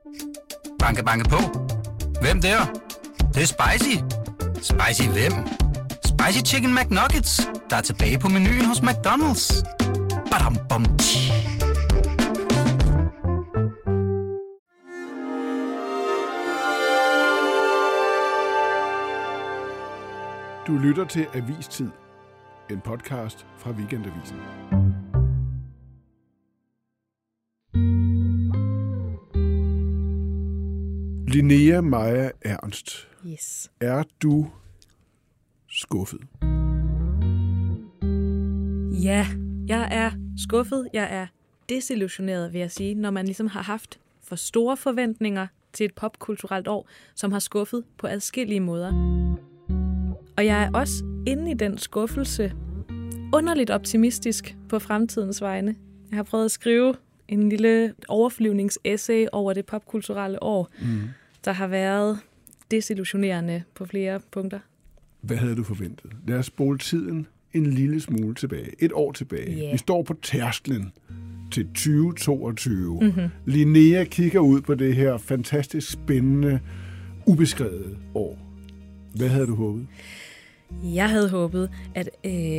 Banke, banke på. Hvem der? Det er spicy. Spicy hvem? Spicy Chicken McNuggets, der er tilbage på menuen hos McDonald's. Badum, bom, Du lytter til Avistid, en podcast fra Weekendavisen. Linnea Maja Ernst. Yes. Er du skuffet? Ja, jeg er skuffet. Jeg er desillusioneret, vil jeg sige, når man ligesom har haft for store forventninger til et popkulturelt år, som har skuffet på adskillige måder. Og jeg er også inde i den skuffelse underligt optimistisk på fremtidens vegne. Jeg har prøvet at skrive en lille overflyvningsessay over det popkulturelle år, der har været desillusionerende på flere punkter. Hvad havde du forventet? Lad os spole tiden en lille smule tilbage. Et år tilbage. Yeah. Vi står på tærsklen til 2022. Mm-hmm. Linnea kigger ud på det her fantastisk spændende, ubeskrevede år. Hvad havde du håbet? Jeg havde håbet, at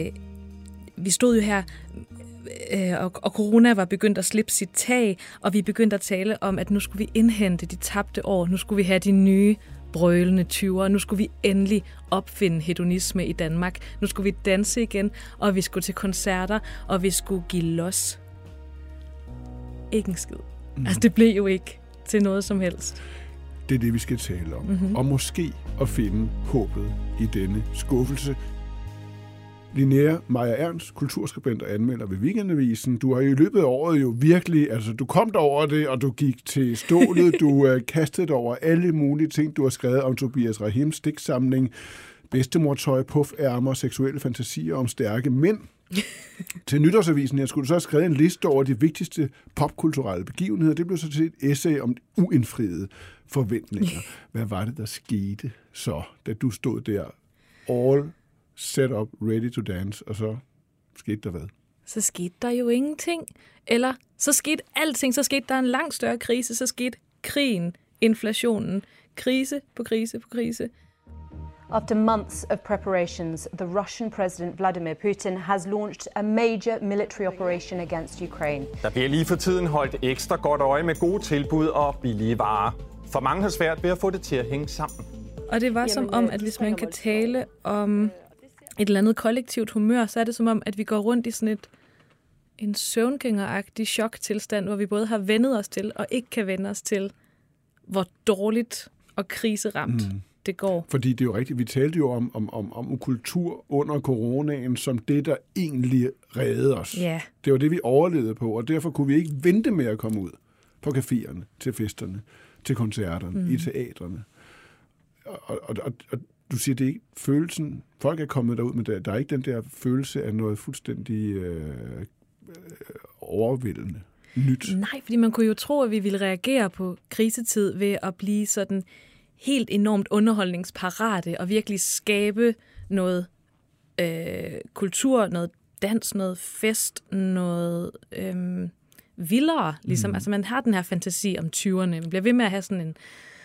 vi stod jo her, og corona var begyndt at slippe sit tag, og vi begyndte at tale om, at nu skulle vi indhente de tabte år, nu skulle vi have de nye brølende 20'ere, nu skulle vi endelig opfinde hedonisme i Danmark, nu skulle vi danse igen, og vi skulle til koncerter, og vi skulle give los. Ikke en skid. Altså, det blev jo ikke til noget som helst. Det er det, vi skal tale om. Mm-hmm. Og måske at finde håbet i denne skuffelse. Linnea Maja Ernst, kulturskribent og anmelder ved Weekendavisen. Du har i løbet af året jo virkelig, altså du kom over det, og du gik til stålet, du kastede dig over alle mulige ting. Du har skrevet om Tobias Rahims digtsamling, bedstemortøj, puffærmer, seksuelle fantasier om stærke mænd. Til Nytårsavisen her skulle du så have skrevet en liste over de vigtigste popkulturelle begivenheder. Det blev så til et essay om uindfriede forventninger. Hvad var det, der skete så, da du stod der all set up, ready to dance, og så skete der hvad? Så skete der jo ingenting. Eller så skete alting. Så skete der en langt større krise. Så skete krigen, inflationen, krise på krise på krise. After months of preparations, the Russian President Vladimir Putin has launched a major military operation against Ukraine. Der bliver lige for tiden holdt ekstra godt øje med gode tilbud og billige varer. For mange har svært ved at få det til at hænge sammen. Og det var som om, at hvis man kan tale om et eller andet kollektivt humør, så er det som om, at vi går rundt i sådan en søvngængeragtig choktilstand, hvor vi både har vendet os til og ikke kan vende os til, hvor dårligt og kriseramt det går. Fordi det er jo rigtigt, vi talte jo om kultur under coronaen som det, der egentlig reddede os. Yeah. Det var det, vi overlevede på, og derfor kunne vi ikke vente med at komme ud på caféerne, til festerne, til koncerterne, i teatrene. Og du siger, det er ikke følelsen. Folk er kommet derud, men der er ikke den der følelse af noget fuldstændig overvældende nyt. Nej, fordi man kunne jo tro, at vi ville reagere på krisetid ved at blive sådan helt enormt underholdningsparate og virkelig skabe noget kultur, noget dans, noget fest, noget vildere. Ligesom. Altså man har den her fantasi om 20'erne. Man bliver ved med at have sådan en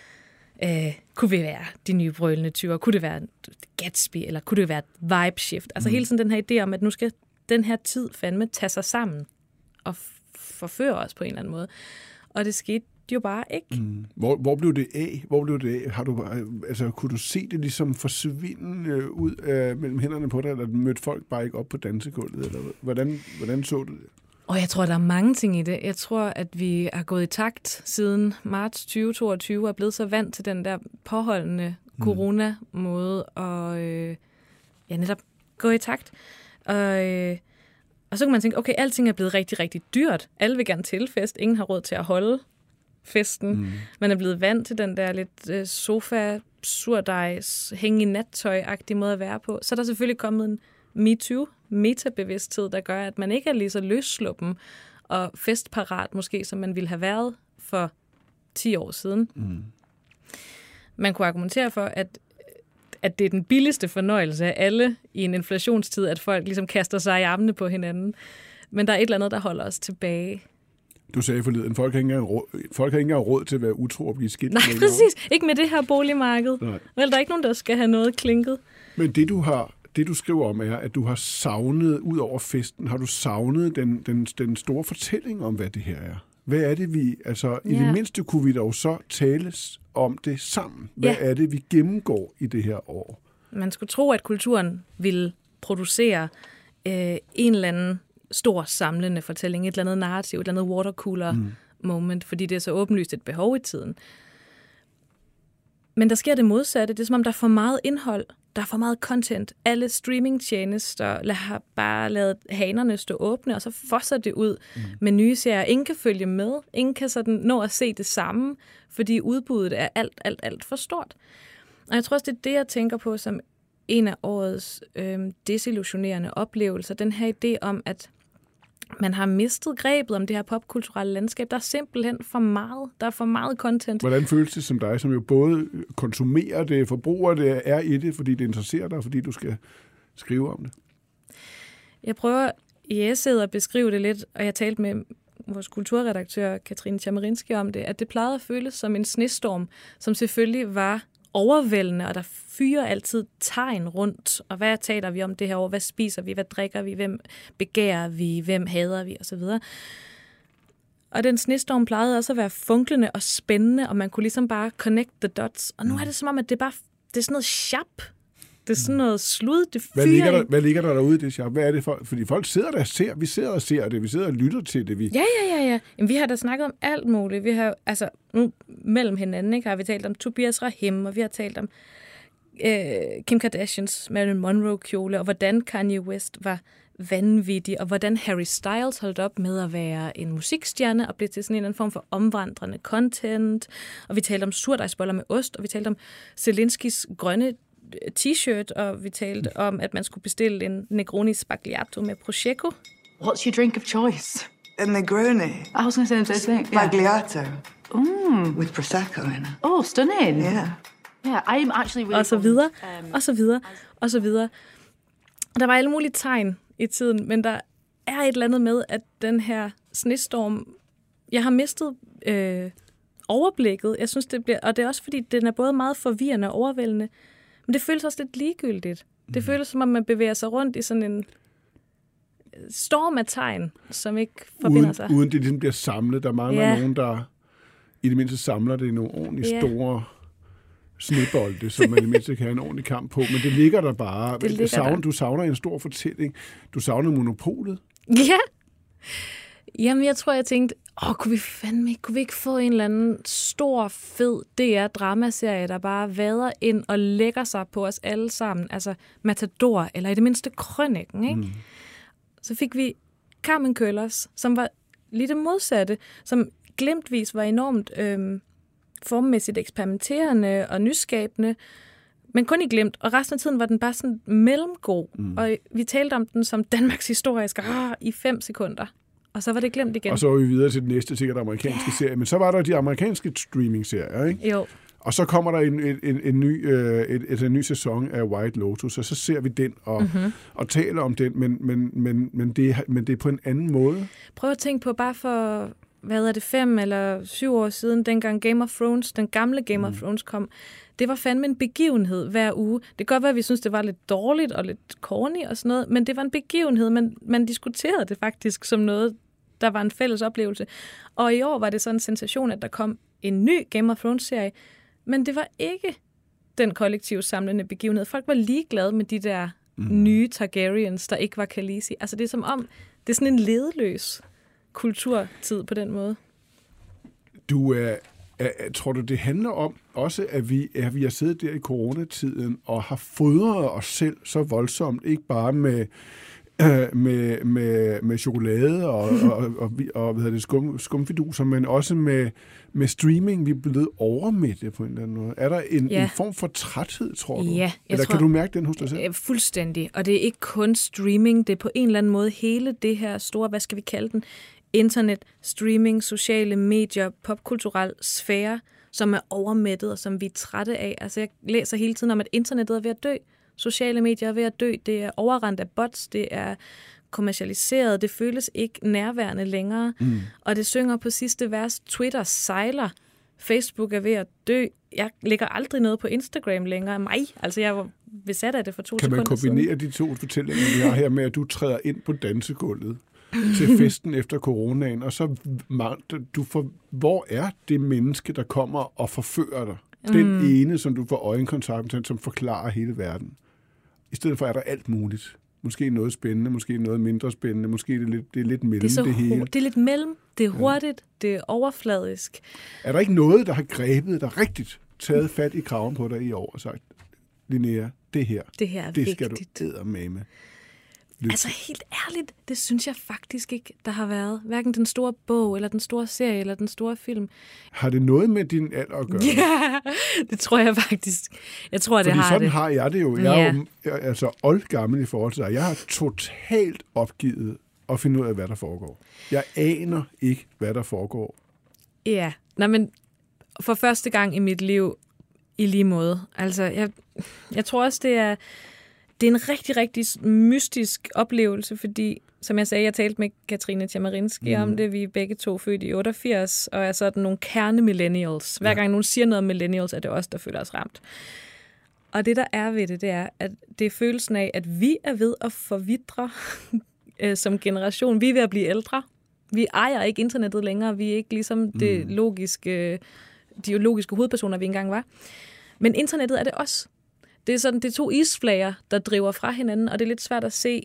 kunne det være de nye brølende 20'ere? Kunne det være Gatsby? Eller kunne det være et vibe shift? Altså hele sådan den her idé om, at nu skal den her tid fandme tage sig sammen og forføre os på en eller anden måde. Og det skete jo bare ikke. Hvor blev det af? Hvor blev det af? Har du, altså, kunne du se det ligesom forsvinde ud mellem hænderne på dig, eller mødte folk bare ikke op på dansegulvet? Eller hvordan så du det? Og jeg tror, der er mange ting i det. Jeg tror, at vi har gået i takt siden marts 2022 og er blevet så vant til den der påholdende corona-måde og netop gå i takt. Og så kan man tænke, okay, alting er blevet rigtig, rigtig dyrt. Alle vil gerne til fest. Ingen har råd til at holde festen. Man er blevet vant til den der lidt sofa, surdejs, hænge i nattøj-agtige måde at være på. Så er der selvfølgelig kommet en MeToo-metabevidsthed, der gør, at man ikke er lige så løssluppen og festparat måske, som man ville have været for 10 år siden. Man kunne argumentere for, at det er den billigste fornøjelse af alle i en inflationstid, at folk ligesom kaster sig i armene på hinanden. Men der er et eller andet, der holder os tilbage. Du sagde forleden, folk har ikke engang råd til at være utro og blive skilt. Nej, præcis. Ikke med det her boligmarked. Nej. Vel, der er ikke nogen, der skal have noget klinket. Men det du skriver om er, at du har savnet, ud over festen, har du savnet den store fortælling om, hvad det her er. Hvad er det, vi... Altså, i det mindste kunne vi dog så tales om det sammen. Hvad er det, vi gennemgår i det her år? Man skulle tro, at kulturen ville producere en eller anden stor samlende fortælling, et eller andet narrativ, et eller andet watercooler moment, fordi det er så åbenlyst et behov i tiden. Men der sker det modsatte. Det er som om, der er for meget indhold. Der er for meget content. Alle streamingtjenester har bare lavet hanerne stå åbne, og så fosser det ud med nye serier. Ingen kan følge med. Ingen kan sådan nå at se det samme, fordi udbuddet er alt for stort. Og jeg tror også, det er det, jeg tænker på som en af årets desillusionerende oplevelser. Den her idé om, at man har mistet grebet om det her popkulturelle landskab. Der er simpelthen for meget. Der er for meget content. Hvordan føles det som dig, som jo både konsumerer det, forbruger det, er i det, fordi det interesserer dig, fordi du skal skrive om det? Jeg prøver i essayet at beskrive det lidt, og jeg talte med vores kulturredaktør Katrine Tjamerinski om det, at det plejede at føles som en snestorm, som selvfølgelig var overvældende, og der fyrer altid tegn rundt. Og hvad taler vi om det her år? Hvad spiser vi? Hvad drikker vi? Hvem begærer vi? Hvem hader vi? Og så videre. Og den snestorm plejede også at være funklende og spændende, og man kunne ligesom bare connect the dots. Og nu er det som om, at det er sådan noget sjap. Det er sådan noget slud. Det hvad ligger der derude i det sjap? Hvad er det for? Fordi folk sidder der og ser. Vi sidder og ser det. Vi sidder og lytter til det. Ja. Jamen, vi har da snakket om alt muligt. Vi har altså nu mellem hinanden, ikke, har vi talt om Tobias Rahim, og vi har talt om Kim Kardashians Marilyn Monroe-kjole, og hvordan Kanye West var vanvittig, og hvordan Harry Styles holdt op med at være en musikstjerne og blev til sådan en anden form for omvandrende content. Og vi talte om surdejsboller med ost, og vi talte om Zelinskis grønne t-shirt, og vi talte om, at man skulle bestille en Negroni Spagliato med Prosecco. What's your drink of choice? A Negroni. I was going to say the same thing. Spagliato. With Prosecco in it. Oh, stunning. Yeah. Yeah, I'm actually really... Og så videre, og så videre, og så videre. Der var alle mulige tegn i tiden, men der er et eller andet med, at den her snestorm, jeg har mistet overblikket. Jeg synes, det bliver, og det er også fordi, den er både meget forvirrende og overvældende, men det føles også lidt ligegyldigt. Det føles som om, man bevæger sig rundt i sådan en storm af tegn, som ikke forbinder sig. Uden det ligesom bliver samlet. Der mangler nogen, der i det mindste samler det i nogle ordentligt store snebolde, som man i det mindste kan have en ordentlig kamp på. Men det ligger der bare. Du savner en stor fortælling. Du savner monopolet. Ja. Jamen, jeg tror, jeg tænkte, kunne vi ikke få en eller anden stor, fed DR-dramaserie, der bare vader ind og lægger sig på os alle sammen? Altså Matador, eller i det mindste Krøniken, ikke? Så fik vi Carmen Køllers, som var lidt det modsatte, som glimtvis var enormt formmæssigt eksperimenterende og nyskabende, men kun i glimt, og resten af tiden var den bare sådan mellemgod. Og vi talte om den som Danmarks historisk i 5 sekunder. Og så var det glemt igen. Og så var vi videre til den næste, sikkert amerikanske serie. Men så var der de amerikanske streaming-serier, ikke? Jo. Og så kommer der en ny sæson af White Lotus, og så ser vi den og taler om den, men det er på en anden måde. Prøv at tænke på, bare for 5 eller 7 år siden, dengang Game of Thrones, den gamle Game of Thrones kom, det var fandme en begivenhed hver uge. Det kan godt være, at vi synes, det var lidt dårligt og lidt corny og sådan noget, men det var en begivenhed. Man diskuterede det faktisk som noget, der var en fælles oplevelse. Og i år var det sådan en sensation, at der kom en ny Game of Thrones-serie, men det var ikke den kollektivt samlende begivenhed. Folk var ligeglade med de der nye Targaryens, der ikke var Khaleesi. Altså det er som om, det er sådan en ledløs kulturtid på den måde. Tror du, det handler om også, at vi har siddet der i coronatiden og har fodret os selv så voldsomt, ikke bare med chokolade og skumfiduser, men også med streaming. Vi er blevet overmættet på en eller anden måde. Er der en form for træthed, tror du? Ja, eller kan du mærke den hos dig selv? Fuldstændig. Og det er ikke kun streaming. Det er på en eller anden måde hele det her store, hvad skal vi kalde den, internet, streaming, sociale medier, popkulturel sfære, som er overmættet og som vi er trætte af. Altså jeg læser hele tiden om, at internettet er ved at dø. Sociale medier er ved at dø. Det er overrendt af bots. Det er kommercialiseret. Det føles ikke nærværende længere. Og det synger på sidste vers, Twitter sejler. Facebook er ved at dø. Jeg lægger aldrig noget på Instagram længere. Altså jeg var besat af det for 2 sekunder siden. Kan man kombinere de 2 fortællinger, vi har her med, at du træder ind på dansegulvet til festen efter coronaen, og så hvor er det menneske, der kommer og forfører dig? Den ene, som du får øjenkontakt med, som forklarer hele verden. I stedet for er der alt muligt. Måske noget spændende, måske noget mindre spændende, måske det er lidt mellem det hele. Det er lidt mellem, det er hurtigt, det er overfladisk. Er der ikke noget, der har grebet dig rigtigt, taget fat i kraven på dig i år og sagt, Linnea, det her det skal du eddermame. Altså helt ærligt, det synes jeg faktisk ikke, der har været. Hverken den store bog, eller den store serie, eller den store film. Har det noget med din alder at gøre? Ja, det tror jeg faktisk. Jeg tror, det har det. Fordi sådan har jeg det jo. Jeg er jo altså oldgammel i forhold til dig. Jeg har totalt opgivet at finde ud af, hvad der foregår. Jeg aner ikke, hvad der foregår. Ja, men for første gang i mit liv i lige måde. Altså, jeg tror også, det er en rigtig, rigtig mystisk oplevelse, fordi, som jeg sagde, jeg talte med Katrine Tjamarinski om det. Vi er begge 2 født i 88, og er sådan nogle kerne-millennials. Hver gang nogen siger noget om millennials, er det os, der føler os ramt. Og det, der er ved det, det er, at det er følelsen af, at vi er ved at forvidre som generation. Vi er ved at blive ældre. Vi ejer ikke internettet længere. Vi er ikke ligesom de logiske hovedpersoner, vi engang var. Men internettet er det også. Det er sådan, det er 2 isflager, der driver fra hinanden, og det er lidt svært at se,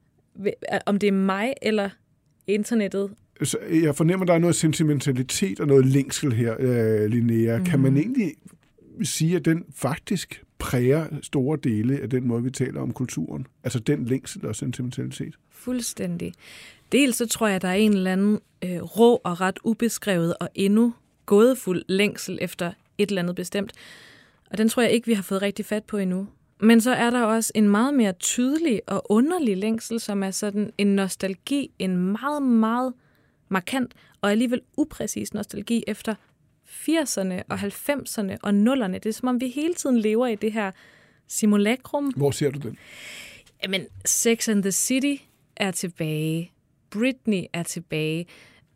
om det er mig eller internettet. Så jeg fornemmer, der er noget sentimentalitet og noget længsel her, Linnea. Kan man egentlig sige, at den faktisk præger store dele af den måde, vi taler om kulturen? Altså den længsel og sentimentalitet? Fuldstændig. Dels så tror jeg, der er en eller anden rå og ret ubeskrevet og endnu gådefuld længsel efter et eller andet bestemt. Og den tror jeg ikke, vi har fået rigtig fat på endnu. Men så er der også en meget mere tydelig og underlig længsel, som er sådan en nostalgi, en meget, meget markant og alligevel upræcis nostalgi efter 80'erne og 90'erne og 0'erne. Det er som om, vi hele tiden lever i det her simulacrum. Hvor ser du den? Jamen, Sex and the City er tilbage. Britney er tilbage.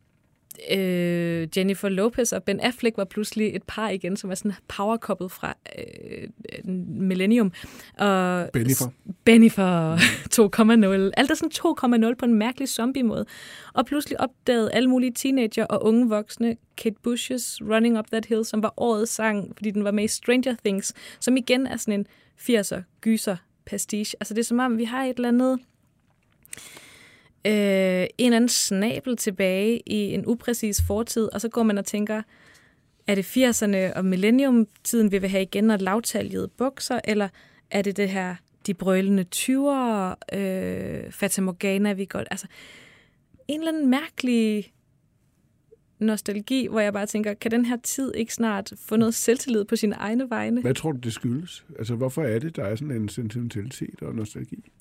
Jennifer Lopez og Ben Affleck var pludselig et par igen, som er sådan power-couple fra Millennium. Og Bennifer 2.0. Alt er sådan 2.0 på en mærkelig zombie-måde. Og pludselig opdagede alle mulige teenager og unge voksne Kate Bush's Running Up That Hill, som var årets sang, fordi den var med i Stranger Things, som igen er sådan en 80'er gyser pastiche. Altså det er som om, vi har et eller andet en eller anden snabel tilbage i en upræcis fortid, og så går man og tænker, er det 80'erne og millennium-tiden, vi vil have igen, og lavtaljede bukser, eller er det det her, de brølende 20'ere, Fata Morgana, vi godt, altså en eller anden mærkelig nostalgi, hvor jeg bare tænker, kan den her tid ikke snart få noget selvtillid på sine egne vegne? Hvad tror du, det skyldes? Altså, hvorfor er det, der er sådan en sentimentalitet og nostalgi?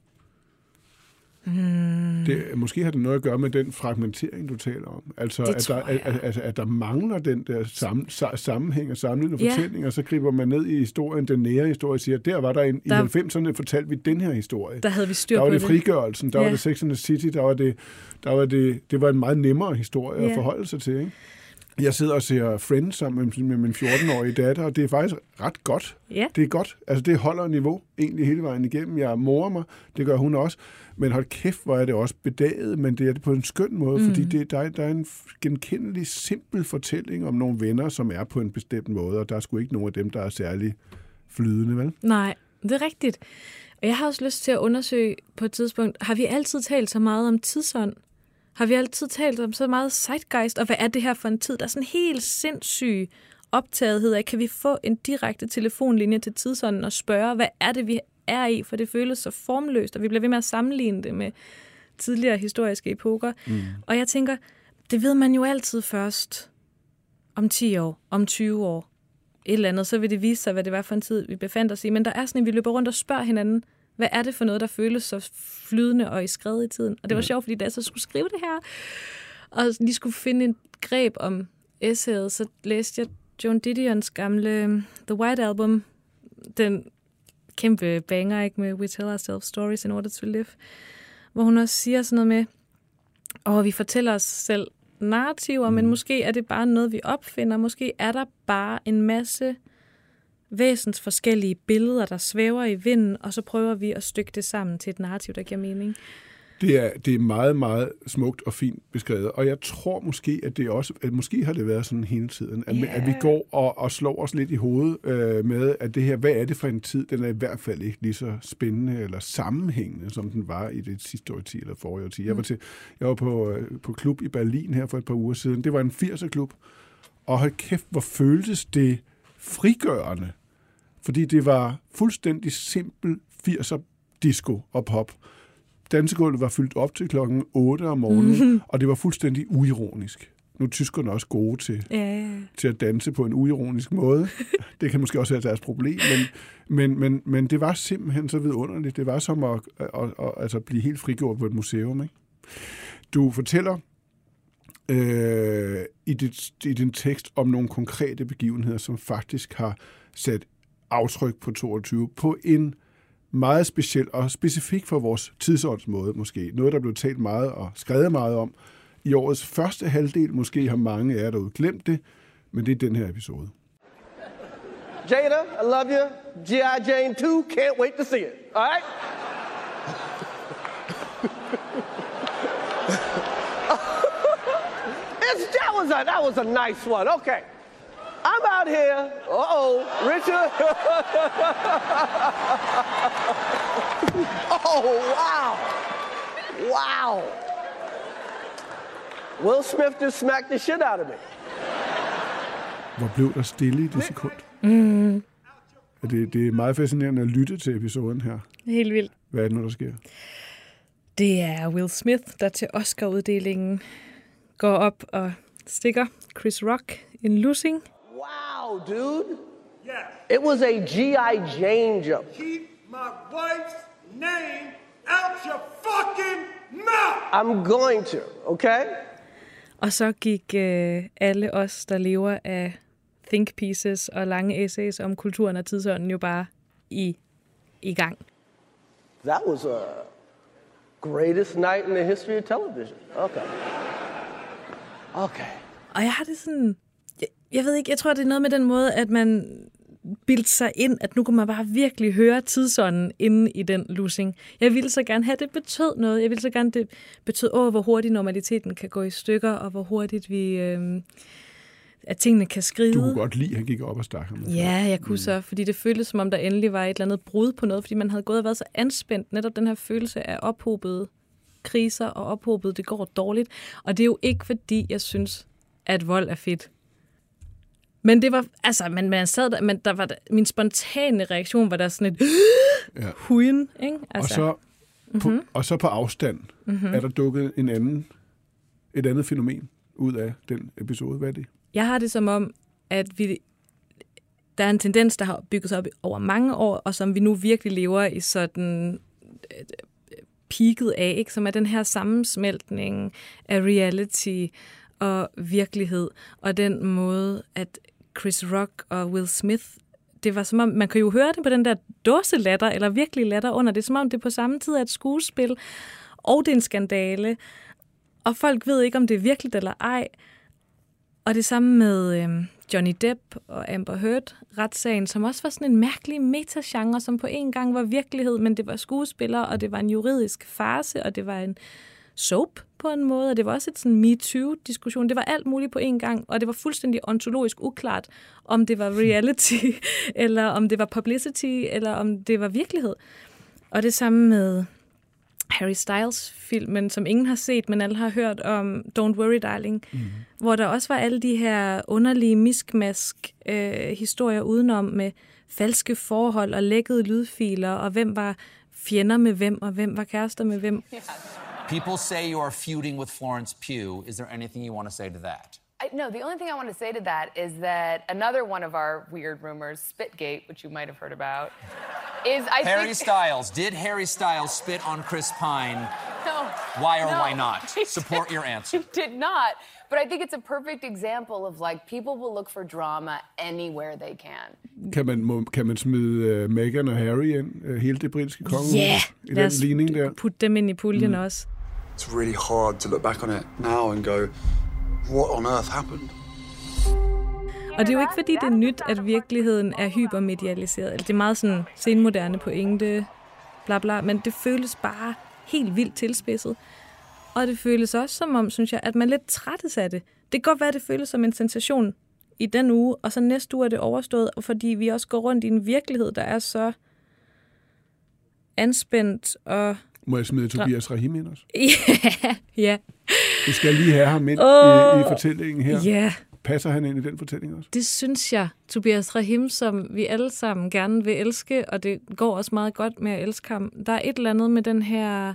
Måske har det noget at gøre med den fragmentering, du taler om. Altså, at der mangler den der sammenhæng og samlende fortællinger, så griber man ned i historien, den nære historie, og siger, der var der i 90'erne, fortalte vi den her historie. Der havde vi styr på det. Der var det frigørelsen, der var det Sex and the City, det var en meget nemmere historie at forholde sig til, ikke? Jeg sidder og ser Friends sammen med min 14-årige datter, og det er faktisk ret godt. Ja. Det er godt. Altså, det holder niveau egentlig hele vejen igennem. Jeg morer mig, det gør hun også. Men hold kæft, hvor er det også bedaget, men det er det på en skøn måde, fordi der er en genkendelig, simpel fortælling om nogle venner, som er på en bestemt måde, og der er sgu ikke nogen af dem, der er særlig flydende, vel? Nej, det er rigtigt. Og jeg har også lyst til at undersøge på et tidspunkt, har vi altid talt så meget om tidsånd? Har vi altid talt om så meget zeitgeist, og hvad er det her for en tid? Der er sådan en helt sindssyg optagethed af, kan vi få en direkte telefonlinje til tidsånden og spørge, hvad er det, vi er i? For det føles så formløst, og vi bliver ved med at sammenligne det med tidligere historiske epoker. Og jeg tænker, det ved man jo altid først om 10 år, om 20 år, et eller andet, så vil det vise sig, hvad det var for en tid, vi befandt os i. Men der er sådan, at vi løber rundt og spørger hinanden, hvad er det for noget, der føles så flydende og i skred i tiden? Og det var sjovt, fordi da jeg så skulle skrive det her, og lige skulle finde et greb om essayet, så læste jeg Joan Didions gamle The White Album, den kæmpe banger, ikke, med We Tell Ourselves Stories in Order to Live. hvor hun også siger sådan noget med, vi fortæller os selv narrativer, men måske er det bare noget, vi opfinder. Måske er der bare en masse væsens forskellige billeder, der svæver i vinden, og så prøver vi at stykke det sammen til et narrativ, der giver mening. Det er meget, meget smukt og fint beskrevet, og jeg tror måske, at måske har det været sådan hele tiden, at vi går og slår os lidt i hovedet med, at det her, hvad er det for en tid, den er i hvert fald ikke lige så spændende eller sammenhængende, som den var i det sidste årti eller forrige årti. Jeg var på klub i Berlin her for et par uger siden. Det var en 80'er-klub, og hold kæft, hvor føltes det frigørende, fordi det var fuldstændig simpel 80'er disco og pop. Dansegulvet var fyldt op til klokken 8 om morgenen, og det var fuldstændig uironisk. Nu er tyskerne også gode til at danse på en uironisk måde. Det kan måske også være deres problem, men det var simpelthen så vidunderligt. Det var som at blive helt frigjort på et museum. Ikke? Du fortæller i din tekst om nogle konkrete begivenheder, som faktisk har sat aftryk på 22 på en meget speciel og specifik for vores tidsåndsmåde måske. Noget, der blev talt meget og skrevet meget om. I årets første halvdel, måske har mange af jer derude glemt det, men det er den her episode. Jada, I love you. G.I. Jane 2, can't wait to see it. All right? That was a nice one. Okay. I'm out here. Richard. Wow. Wow. Will Smith just smacked the shit out of me. Hvor blev der stille i det sekund? Det er meget fascinerende at lytte til episoden her. Helt vildt. Hvad er det nu, der sker? Det er Will Smith, der til Oscar-uddelingen går op og stikker Chris Rock en lussing. Wow, dude. Yes. It was a G.I. Jane jump. Keep my wife's name out your fucking mouth. I'm going to, okay? Og så gik alle os, der lever af think pieces og lange essays om kulturen og tidsånden jo bare i gang. That was a greatest night in the history of television. Okay. Og jeg har det sådan, jeg ved ikke, jeg tror, det er noget med den måde, at man bildte sig ind, at nu kunne man bare virkelig høre tidsånden inde i den lussing. Jeg ville så gerne have, det betød noget. Jeg ville så gerne, det betød, hvor hurtigt normaliteten kan gå i stykker, og hvor hurtigt vi, at tingene kan skride. Du kunne godt lide, at han gik op og stak ham. Ja, jeg kunne så, fordi det føltes, som om der endelig var et eller andet brud på noget, fordi man havde gået og været så anspændt. Netop den her følelse af ophobede kriser og ophobet, det går dårligt. Og det er jo ikke, fordi jeg synes, at vold er fedt. Men det var, altså, man sad der, men der var min spontane reaktion var der sådan et hujen, ikke? Altså. Og så på afstand er der dukket et andet fænomen ud af den episode. Hvad er det? Jeg har det som om, at der er en tendens, der har bygget sig op over mange år, og som vi nu virkelig lever i sådan peaket af, ikke? Som er den her sammensmeltning af reality og virkelighed, og den måde, at Chris Rock og Will Smith, det var som om, man kan jo høre det på den der dåselatter, eller virkelig latter under, det er som om det på samme tid er et skuespil, og det er en skandale, og folk ved ikke, om det er virkeligt eller ej. Og det samme med Johnny Depp og Amber Heard, retssagen, som også var sådan en mærkelig metagenre, som på en gang var virkelighed, men det var skuespillere, og det var en juridisk farce, og det var en soap på en måde, og det var også et sådan MeToo-diskussion. Det var alt muligt på en gang, og det var fuldstændig ontologisk uklart, om det var reality, eller om det var publicity, eller om det var virkelighed. Og det samme med Harry Styles-filmen, som ingen har set, men alle har hørt om Don't Worry Darling, hvor der også var alle de her underlige miskmask-historier udenom med falske forhold og lækkede lydfiler, og hvem var fjender med hvem, og hvem var kærester med hvem. People say you are feuding with Florence Pugh. Is there anything you want to say to that? No, the only thing I want to say to that is that another one of our weird rumors, Spitgate, which you might have heard about, is Harry Styles. Did Harry Styles spit on Chris Pine? No. Why or why not? Support your answer. He did not. But I think it's a perfect example of like people will look for drama anywhere they can. Kan man smide Meghan og Harry ind, hele det britiske kongehus? Ja, i den ligning der? Putte dem ind i puljen også. It's really hard to look back on it now and go, what on earth happened? Og det er jo ikke, fordi det er nyt, at virkeligheden er hypermedialiseret. Eller det er meget sådan senmoderne pointe, bla bla, men det føles bare helt vildt tilspidset. Og det føles også som om, synes jeg, at man lidt trættes af det. Det kan godt være, at det føles som en sensation i den uge, og så næste uge er det overstået, fordi vi også går rundt i en virkelighed, der er så anspændt og... Må jeg smide Tobias Rahim ind også? Ja. Vi skal lige have ham ind i fortællingen her. Ja. Passer han ind i den fortælling også? Det synes jeg. Tobias Rahim, som vi alle sammen gerne vil elske, og det går også meget godt med at elske ham. Der er et eller andet med den her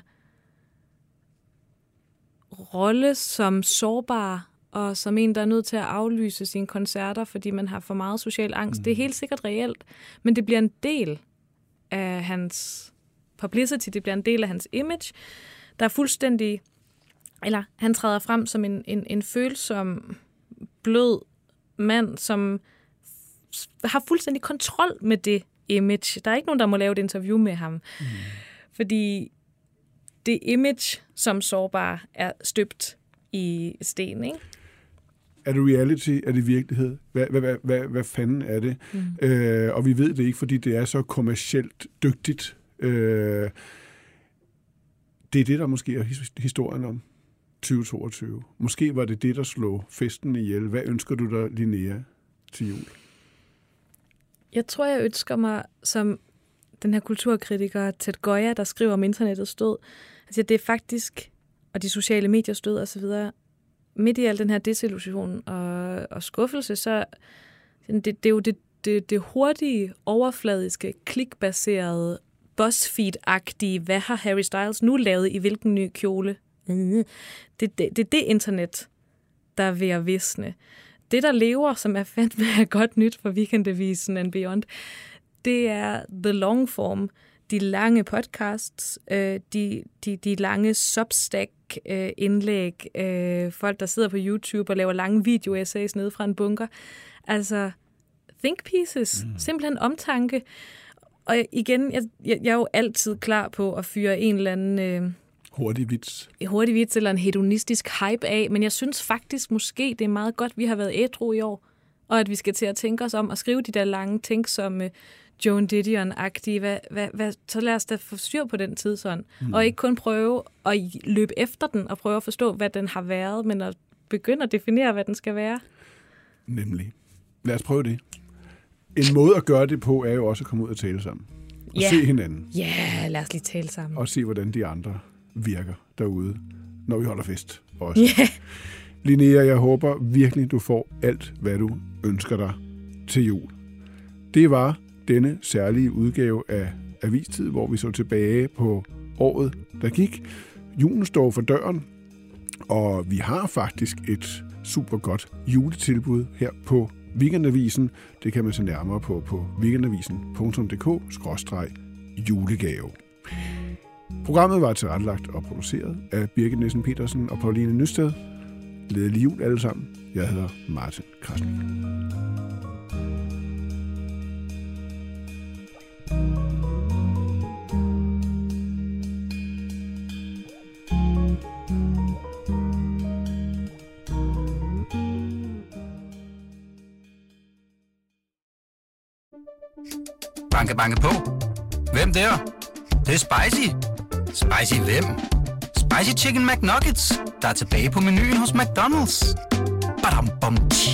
rolle som sårbar, og som en, der er nødt til at aflyse sine koncerter, fordi man har for meget social angst. Det er helt sikkert reelt, men det bliver en del af hans publicity, det bliver en del af hans image, der er fuldstændig, eller han træder frem som en følsom, blød mand, som har fuldstændig kontrol med det image. Der er ikke nogen, der må lave et interview med ham. Fordi det image som sårbar er støbt i sten, ikke? Er det reality? Er det virkelighed? Hvad fanden er det? Og vi ved det ikke, fordi det er så kommercielt dygtigt. Det er det, der måske er historien om 2022. Måske var det det, der slog festen ihjel. Hvad ønsker du dig, Linnea, til jul? Jeg tror, jeg ønsker mig, som den her kulturkritiker Ted Goya, der skriver om internettets død. Altså, det er faktisk, og de sociale mediers død og så videre, midt i al den her desillusion og skuffelse, så det er jo det hurtige, overfladiske, klikbaserede, BuzzFeed-agtige, hvad har Harry Styles nu lavet i hvilken ny kjole? Det er det internet, der er ved at visne. Det, der lever, som er fandme er godt nyt for Weekendavisen and Beyond, det er the long form, de lange podcasts, de lange Substack-indlæg, folk, der sidder på YouTube og laver lange video-essays nede fra en bunker. Altså, think pieces, simpelthen omtanke. Og igen, jeg er jo altid klar på at fyre en eller anden... hurtig vits eller en hedonistisk hype af, men jeg synes faktisk måske, det er meget godt, vi har været ædru i år, og at vi skal til at tænke os om at skrive de der lange ting som Joan Didion-agtige. Så lad os da få styr på den tidsånd, og ikke kun prøve at løbe efter den og prøve at forstå, hvad den har været, men at begynde at definere, hvad den skal være. Nemlig. Lad os prøve det. En måde at gøre det på er jo også at komme ud og tale sammen. Og se hinanden. Ja, lad os lige tale sammen. Og se, hvordan de andre virker derude, når vi holder fest også. Yeah. Linnea, jeg håber virkelig, du får alt, hvad du ønsker dig til jul. Det var denne særlige udgave af Avistid, hvor vi så tilbage på året, der gik. Julen står for døren, og vi har faktisk et super godt juletilbud her på Weekendavisen. Det kan man se nærmere på weekendavisen.dk/julegave. Programmet var tilrettelagt og produceret af Birgit Nielsen Petersen og Pauline Nysted. Glædelig jul alle sammen. Jeg hedder Martin Krasnik. Banke, banke på. Hvem der? Det er spicy. Spicy hvem? Spicy Chicken McNuggets, der er tilbage på menuen hos McDonald's. Badum, bom,